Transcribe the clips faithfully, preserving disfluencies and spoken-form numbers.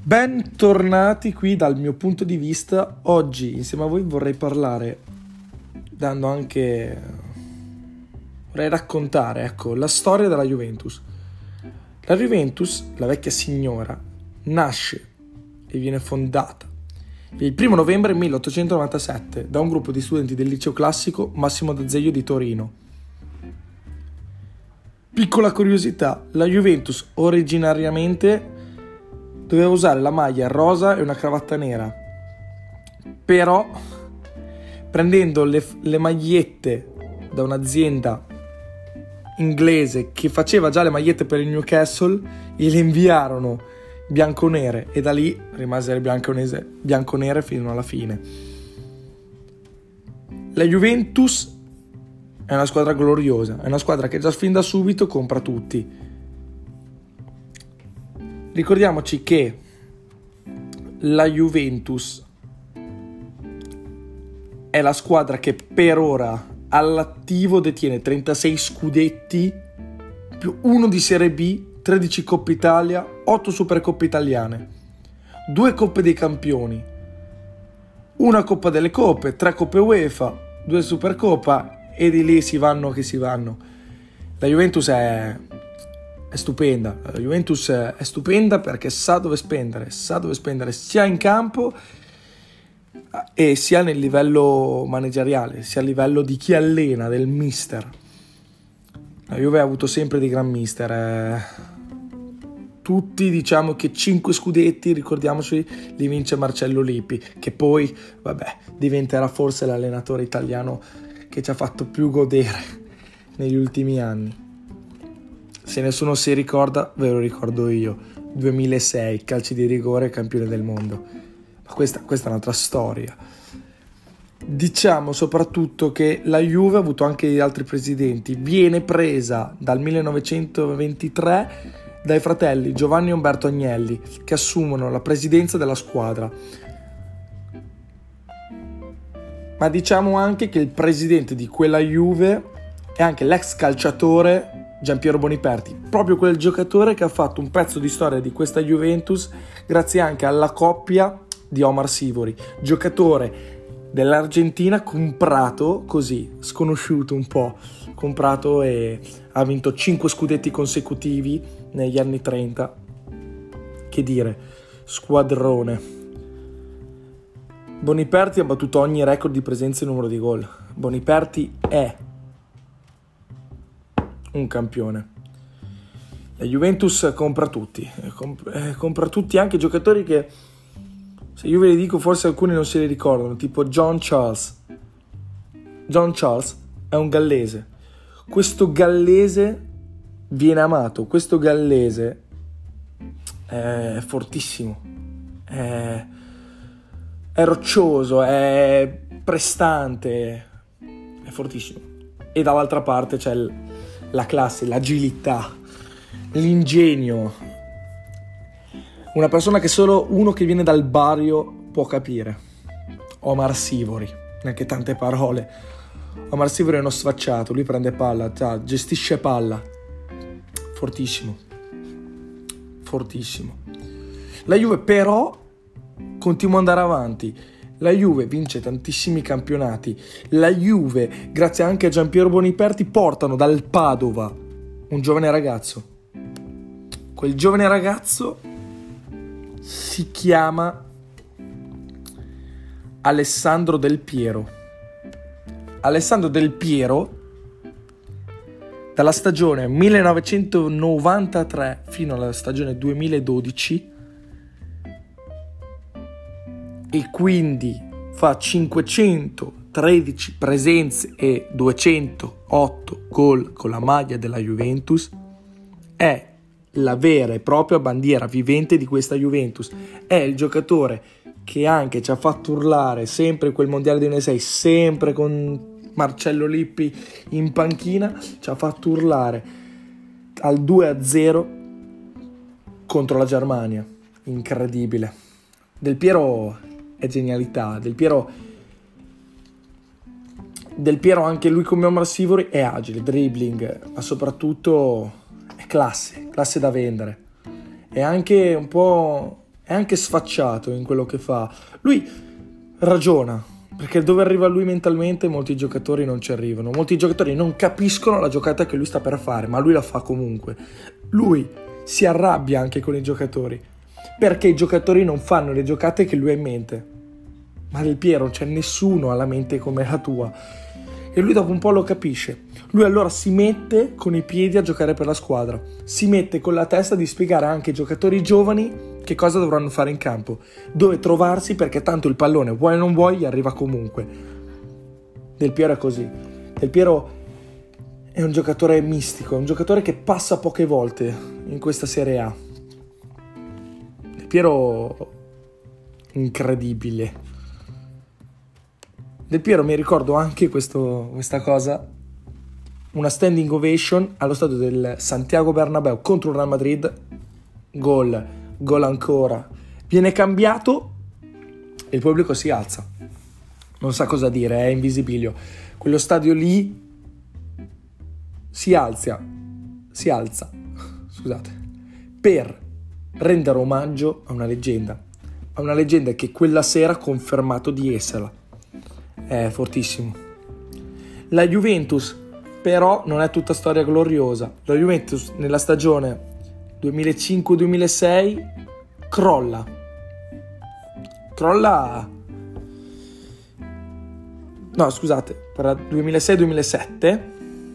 Bentornati qui dal mio punto di vista. Oggi insieme a voi vorrei parlare, dando anche, vorrei raccontare, ecco, la storia della Juventus. La Juventus, la vecchia signora, nasce e viene fondata il primo novembre milleottocentonovantasette da un gruppo di studenti del liceo classico Massimo d'Azeglio di Torino. Piccola curiosità, la Juventus originariamente doveva usare la maglia rosa e una cravatta nera, però prendendo le, le magliette da un'azienda inglese che faceva già le magliette per il Newcastle, gliele inviarono bianconere e da lì rimasero bianconese, bianconere fino alla fine. La Juventus è una squadra gloriosa, è una squadra che già fin da subito compra tutti. Ricordiamoci che la Juventus è la squadra che per ora all'attivo detiene trentasei scudetti, più uno di Serie B, tredici Coppe Italia, otto Supercoppe italiane, due Coppe dei Campioni, una Coppa delle Coppe, tre Coppe UEFA, due Supercoppa e di lì si vanno che si vanno. La Juventus è... è stupenda, la Juventus è stupenda perché sa dove spendere, sa dove spendere sia in campo e sia nel livello manageriale, sia a livello di chi allena, del mister. La Juve ha avuto sempre dei gran mister, eh. tutti diciamo che cinque scudetti, ricordiamoci, li vince Marcello Lippi, che poi, vabbè, diventerà forse l'allenatore italiano che ci ha fatto più godere negli ultimi anni. Se nessuno si ricorda, ve lo ricordo io. duemilasei, calci di rigore, campione del mondo. Ma questa, questa è un'altra storia. Diciamo soprattutto che la Juve ha avuto anche gli altri presidenti. Viene presa dal millenovecentoventitré dai fratelli Giovanni e Umberto Agnelli, che assumono la presidenza della squadra. Ma diciamo anche che il presidente di quella Juve è anche l'ex calciatore Giampiero Boniperti, proprio quel giocatore che ha fatto un pezzo di storia di questa Juventus grazie anche alla coppia di Omar Sivori, giocatore dell'Argentina comprato così, sconosciuto un po', comprato e ha vinto cinque scudetti consecutivi negli anni trenta. Che dire, squadrone. Boniperti ha battuto ogni record di presenza e numero di gol. Boniperti è un campione. La Juventus compra tutti, comp- eh, compra tutti anche giocatori che, se io ve li dico, forse alcuni non se li ricordano, tipo John Charles. John Charles è un gallese. Questo gallese viene amato, questo gallese è fortissimo, è, è roccioso, è prestante, è fortissimo. E dall'altra parte c'è il la classe, l'agilità, l'ingegno, una persona che solo uno che viene dal barrio può capire. Omar Sivori, neanche tante parole. Omar Sivori è uno sfacciato, lui prende palla, cioè, gestisce palla, fortissimo, fortissimo. La Juve però continua ad andare avanti. La Juve vince tantissimi campionati. La Juve, grazie anche a Giampiero Boniperti, portano dal Padova un giovane ragazzo. Quel giovane ragazzo si chiama Alessandro Del Piero. Alessandro Del Piero, dalla stagione millenovecentonovantatré fino alla stagione duemiladodici, e quindi fa cinquecentotredici presenze e duecentootto gol con la maglia della Juventus, è la vera e propria bandiera vivente di questa Juventus. È il giocatore che anche ci ha fatto urlare sempre quel mondiale del duemilasei, sempre con Marcello Lippi in panchina, ci ha fatto urlare al due a zero contro la Germania. Incredibile. Del Piero è genialità. Del Piero Del Piero anche lui come Omar Sivori è agile, dribbling, ma soprattutto è classe, classe da vendere. È anche un po' è anche sfacciato in quello che fa. Lui ragiona, perché dove arriva lui mentalmente molti giocatori non ci arrivano, molti giocatori non capiscono la giocata che lui sta per fare, ma lui la fa comunque. Lui si arrabbia anche con i giocatori, perché i giocatori non fanno le giocate che lui ha in mente. Ma Del Piero non c'è nessuno alla mente come la tua, e lui dopo un po' lo capisce. Lui allora si mette con i piedi a giocare per la squadra, si mette con la testa di spiegare anche ai giocatori giovani che cosa dovranno fare in campo, dove trovarsi, perché tanto il pallone, vuoi o non vuoi, gli arriva comunque. Del Piero è così. Del Piero è un giocatore mistico, è un giocatore che passa poche volte in questa Serie A. Del Piero incredibile. Del Piero, mi ricordo anche questo, questa cosa, una standing ovation allo stadio del Santiago Bernabéu contro il Real Madrid, gol, gol ancora, viene cambiato e il pubblico si alza, non sa cosa dire, è invisibilio. Quello stadio lì si alza, si alza, scusate, per rendere omaggio a una leggenda, a una leggenda che quella sera ha confermato di esserla. È fortissimo. La Juventus però non è tutta storia gloriosa. La Juventus nella stagione duemilacinque duemilasei crolla. Crolla. No, scusate, per duemilasei duemilasette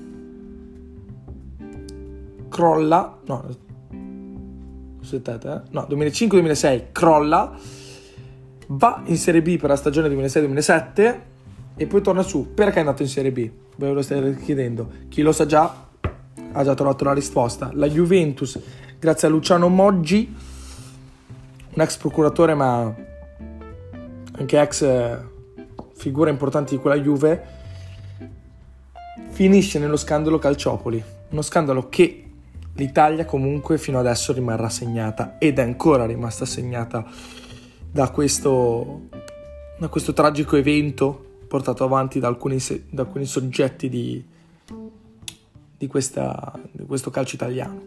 crolla. No, aspettate, eh? No, duemilacinque duemilasei crolla. Va in Serie B per la stagione duemilasei duemilasette e poi torna su. Perché è andato in Serie B? Ve lo state chiedendo. Chi lo sa già ha già trovato la risposta. La Juventus, grazie a Luciano Moggi, un ex procuratore ma anche ex figura importante di quella Juve, finisce nello scandalo Calciopoli. Uno scandalo che l'Italia comunque fino adesso rimarrà segnata, ed è ancora rimasta segnata da questo, da questo tragico evento portato avanti da alcuni, da alcuni soggetti di, di, questa, di questo calcio italiano.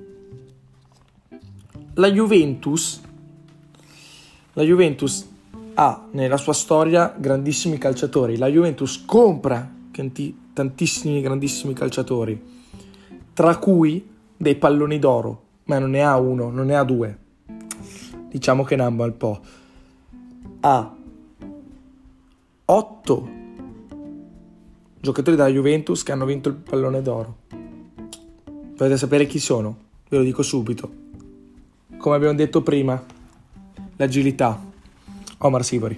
La Juventus, la Juventus ha nella sua storia grandissimi calciatori. La Juventus compra tanti, tantissimi grandissimi calciatori, tra cui dei palloni d'oro, ma non ne ha uno, non ne ha due. Diciamo che ne ha un bel po'. Ha otto giocatori della Juventus che hanno vinto il pallone d'oro. Volete sapere chi sono? Ve lo dico subito. Come abbiamo detto prima, l'agilità, Omar Sivori.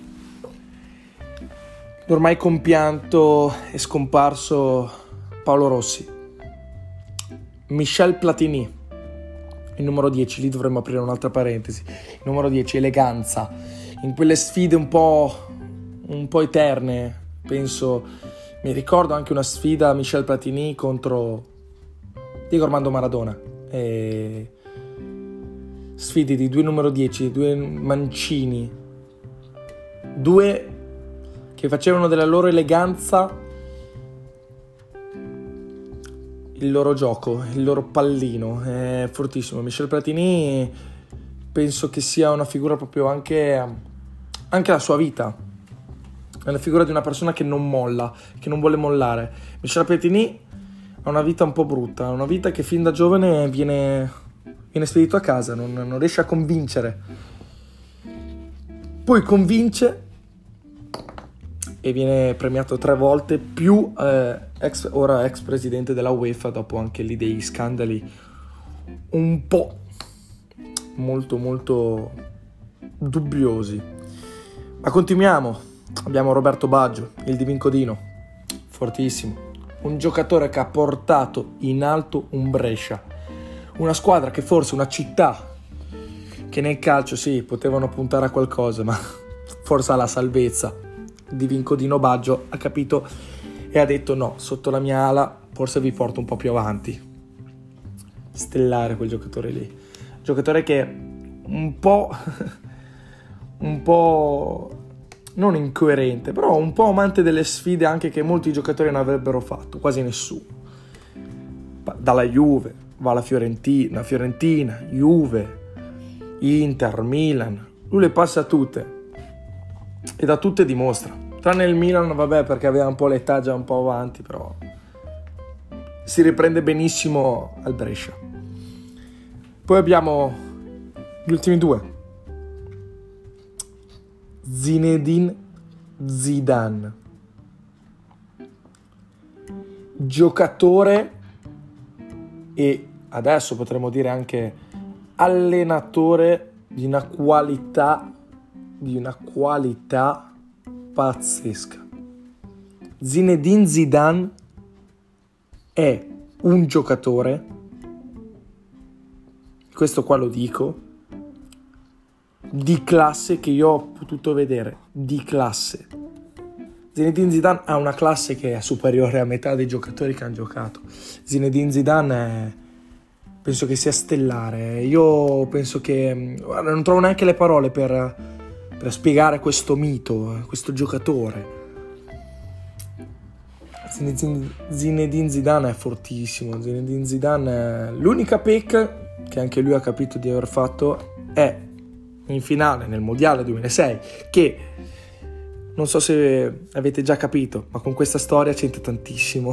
L'ormai compianto e scomparso Paolo Rossi. Michel Platini, il numero dieci, lì dovremmo aprire un'altra parentesi. Il numero dieci, eleganza. In quelle sfide un po', un po' eterne, penso, mi ricordo anche una sfida Michel Platini contro Diego Armando Maradona. E sfide di due numero dieci, due mancini, due che facevano della loro eleganza il loro gioco, il loro pallino. È fortissimo. Michel Platini penso che sia una figura proprio anche, anche la sua vita. È la figura di una persona che non molla, che non vuole mollare. Michel Platini ha una vita un po' brutta, una vita che fin da giovane viene, viene spedito a casa, non, non riesce a convincere. Poi convince e viene premiato tre volte, più eh, ex, ora ex presidente della UEFA, dopo anche lì dei scandali un po' molto molto dubbiosi. Ma continuiamo. Abbiamo Roberto Baggio, il divincodino, fortissimo, un giocatore che ha portato in alto un Brescia, una squadra che forse, una città che nel calcio sì, potevano puntare a qualcosa, ma forse alla salvezza. Il divincodino Baggio ha capito e ha detto no, sotto la mia ala forse vi porto un po' più avanti. Stellare quel giocatore lì, giocatore che un po' un po' non incoerente, però un po' amante delle sfide anche che molti giocatori non avrebbero fatto, quasi nessuno. Dalla Juve va alla Fiorentina, Fiorentina, Juve, Inter, Milan, lui le passa tutte e da tutte dimostra, tranne il Milan, vabbè, perché aveva un po' l'età già un po' avanti, però si riprende benissimo al Brescia. Poi abbiamo gli ultimi due, Zinedine Zidane, giocatore e adesso potremmo dire anche allenatore di una qualità di una qualità pazzesca. Zinedine Zidane è un giocatore, questo qua lo dico, di classe che io ho potuto vedere, di classe. Zinedine Zidane ha una classe che è superiore a metà dei giocatori che hanno giocato. Zinedine Zidane è, penso che sia stellare. Io penso che guarda, non trovo neanche le parole per, per spiegare questo mito, questo giocatore. Zinedine Zidane è fortissimo. Zinedine Zidane è... l'unica pecca che anche lui ha capito di aver fatto è in finale nel mondiale duemilasei, che non so se avete già capito, ma con questa storia c'entra tantissimo.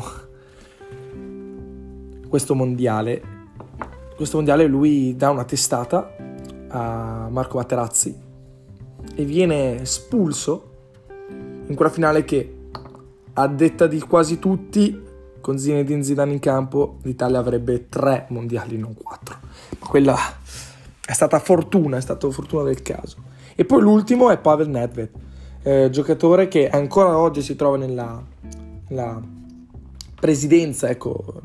Questo mondiale, questo mondiale lui dà una testata a Marco Materazzi e viene espulso in quella finale che, a detta di quasi tutti, con Zinedine Zidane in campo l'Italia avrebbe tre mondiali, non quattro. Ma quella è stata fortuna, è stata fortuna del caso. E poi l'ultimo è Pavel Nedved, eh, giocatore che ancora oggi si trova nella, nella presidenza, ecco,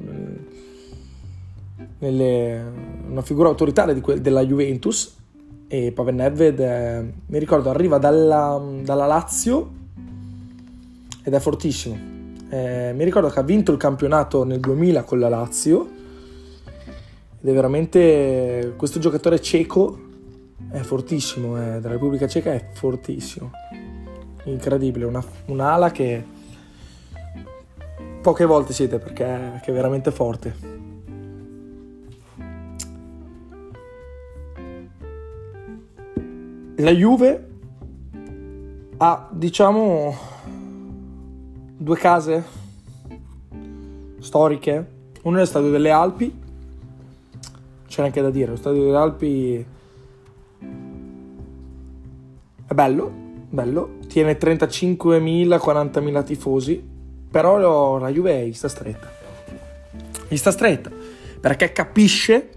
nelle, una figura autoritaria di que- della Juventus. E Pavel Nedved, eh, mi ricordo, arriva dalla, dalla Lazio ed è fortissimo. Eh, mi ricordo che ha vinto il campionato nel duemila con la Lazio ed è veramente, questo giocatore ceco è fortissimo, eh, della Repubblica Ceca è fortissimo, incredibile, una, un'ala che poche volte siete, perché che è veramente forte. La Juve ha, diciamo, due case storiche, una è lo Stadio delle Alpi, c'è anche da dire, lo Stadio delle Alpi è bello, bello, tiene trentacinquemila quarantamila tifosi, però la Juve gli sta stretta, gli sta stretta, perché capisce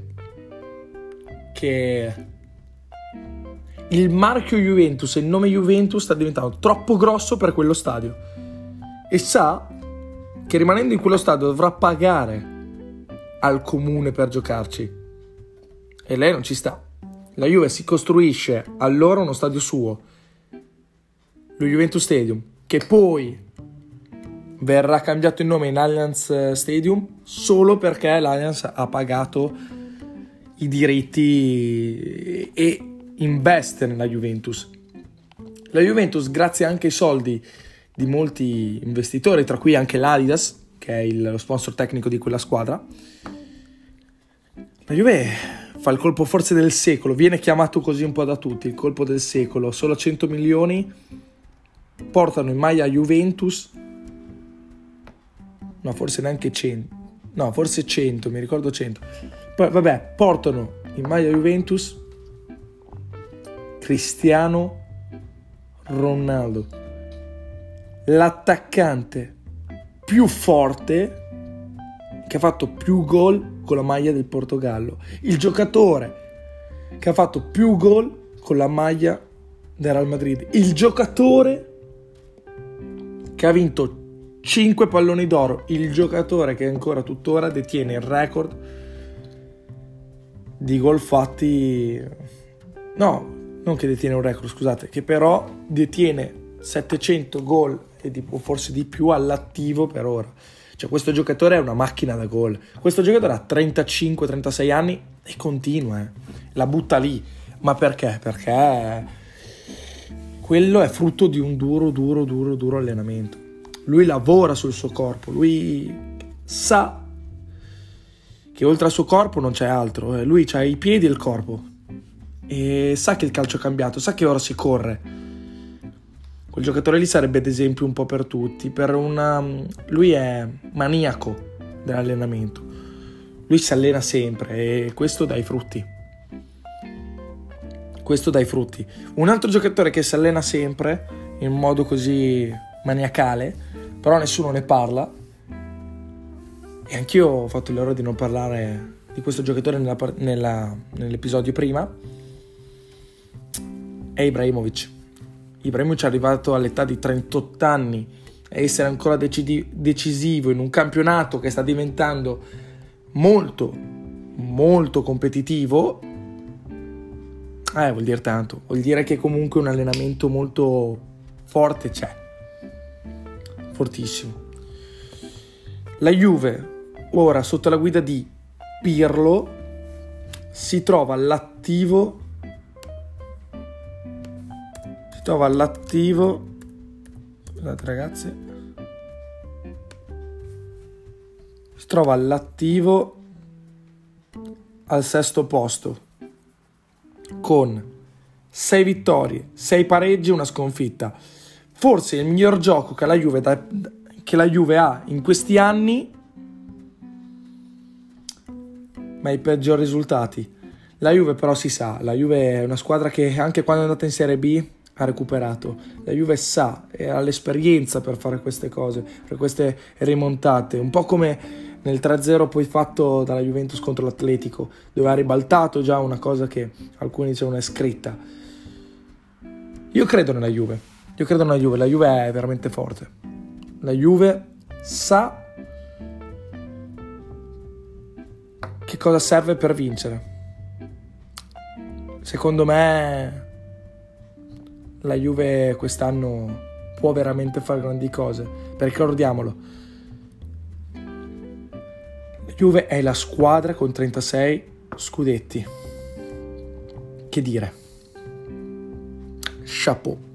che il marchio Juventus e il nome Juventus sta diventando troppo grosso per quello stadio e sa che rimanendo in quello stadio dovrà pagare al comune per giocarci e lei non ci sta. La Juve si costruisce allora uno stadio suo, lo Juventus Stadium, che poi verrà cambiato il nome in Allianz Stadium solo perché l'Allianz ha pagato i diritti e investe nella Juventus. La Juventus, grazie anche ai soldi di molti investitori, tra cui anche l'Adidas, che è il, lo sponsor tecnico di quella squadra, la Juve fa il colpo forse del secolo, viene chiamato così un po' da tutti, il colpo del secolo. Solo cento milioni portano in maglia Juventus, no forse neanche cento, no forse cento, mi ricordo cento, poi vabbè, portano in maglia Juventus Cristiano Ronaldo, l'attaccante più forte che ha fatto più gol con la maglia del Portogallo, il giocatore che ha fatto più gol con la maglia del Real Madrid, il giocatore che ha vinto cinque palloni d'oro, il giocatore che ancora tuttora detiene il record di gol fatti, no, non che detiene un record, scusate, che però detiene settecento gol e di, forse di più all'attivo per ora. Cioè questo giocatore è una macchina da gol. Questo giocatore ha trentacinque trentasei anni e continua, eh. La butta lì. Ma perché? Perché quello è frutto di un duro, duro, duro, duro allenamento. Lui lavora sul suo corpo, lui sa che oltre al suo corpo non c'è altro. Lui ha i piedi e il corpo. e sa che il calcio è cambiato, sa che ora si corre. Quel giocatore lì sarebbe ad esempio un po' per tutti, per una... lui è maniaco dell'allenamento, lui si allena sempre e questo dà i frutti. Questo dà i frutti. Un altro giocatore che si allena sempre in modo così maniacale, però nessuno ne parla, e anch'io ho fatto l'errore di non parlare di questo giocatore nella, nella, nell'episodio prima, è Ibrahimovic. Ibrahimovic è arrivato all'età di trentotto anni a essere ancora decidi- decisivo in un campionato che sta diventando molto, molto competitivo. Eh, vuol dire tanto, vuol dire che comunque un allenamento molto forte c'è, fortissimo. La Juve, ora sotto la guida di Pirlo, si trova all'attivo, si trova all'attivo, scusate ragazzi, si trova all'attivo al sesto posto, con sei vittorie, sei pareggi e una sconfitta. Forse il miglior gioco che la Juve, da, che la Juve ha in questi anni, ma i peggiori risultati. La Juve però si sa, la Juve è una squadra che anche quando è andata in Serie B ha recuperato. La Juve sa e ha l'esperienza per fare queste cose, per queste rimontate, un po' come nel tre a zero poi fatto dalla Juventus contro l'Atletico, dove ha ribaltato già una cosa che alcuni dicevano è scritta. Io credo nella Juve, io credo nella Juve, la Juve è veramente forte. La Juve sa che cosa serve per vincere. Secondo me la Juve quest'anno può veramente fare grandi cose, perché ricordiamolo, Juve è la squadra con trentasei scudetti. Che dire? Chapeau.